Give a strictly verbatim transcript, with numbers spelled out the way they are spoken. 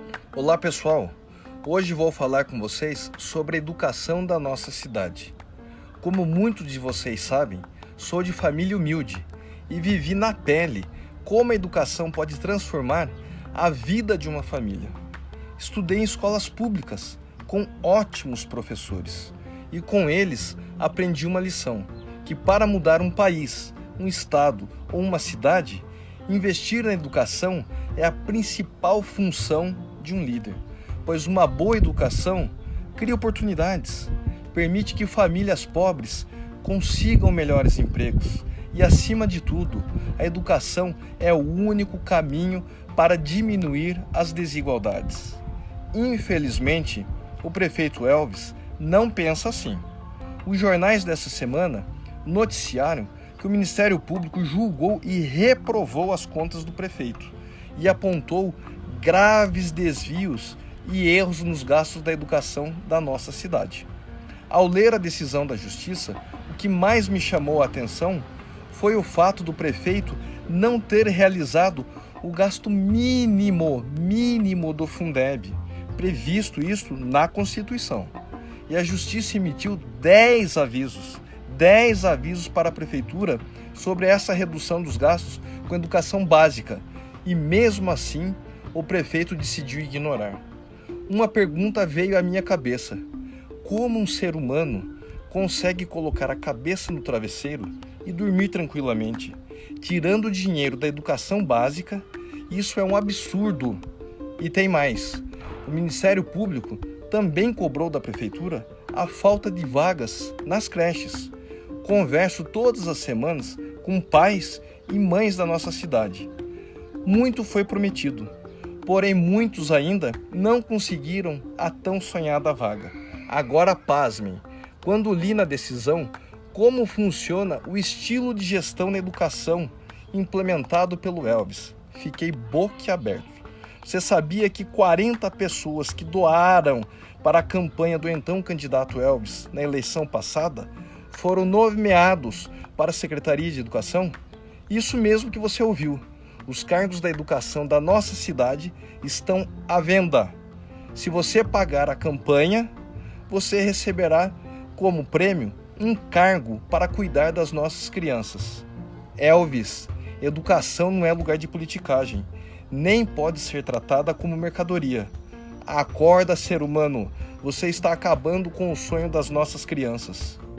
Olá pessoal, hoje vou falar com vocês sobre a educação da nossa cidade. Como muitos de vocês sabem, sou de família humilde e vivi na pele como a educação pode transformar a vida de uma família. Estudei em escolas públicas com ótimos professores e com eles aprendi uma lição, que para mudar um país, um estado ou uma cidade, investir na educação é a principal função de um líder, pois uma boa educação cria oportunidades, permite que famílias pobres consigam melhores empregos e, acima de tudo, a educação é o único caminho para diminuir as desigualdades. Infelizmente, o prefeito Elvis não pensa assim. Os jornais dessa semana noticiaram que o Ministério Público julgou e reprovou as contas do prefeito e apontou graves desvios e erros nos gastos da educação da nossa cidade. Ao ler a decisão da Justiça, o que mais me chamou a atenção foi o fato do prefeito não ter realizado o gasto mínimo, mínimo do Fundeb, previsto isso na Constituição. E a Justiça emitiu dez avisos, dez avisos para a Prefeitura sobre essa redução dos gastos com educação básica. E mesmo assim, o prefeito decidiu ignorar. Uma pergunta veio à minha cabeça: como um ser humano consegue colocar a cabeça no travesseiro e dormir tranquilamente, tirando dinheiro da educação básica? Isso é um absurdo. E tem mais: o Ministério Público também cobrou da Prefeitura a falta de vagas nas creches. Converso todas as semanas com pais e mães da nossa cidade. Muito foi prometido, porém muitos ainda não conseguiram a tão sonhada vaga. Agora pasmem, quando li na decisão como funciona o estilo de gestão na educação implementado pelo Elvis, fiquei boquiaberto. Você sabia que quarenta pessoas que doaram para a campanha do então candidato Elvis na eleição passada foram nomeados para a Secretaria de Educação? Isso mesmo que você ouviu. Os cargos da educação da nossa cidade estão à venda. Se você pagar a campanha, você receberá como prêmio um cargo para cuidar das nossas crianças. Elvis, educação não é lugar de politicagem, nem pode ser tratada como mercadoria. Acorda, ser humano, você está acabando com o sonho das nossas crianças.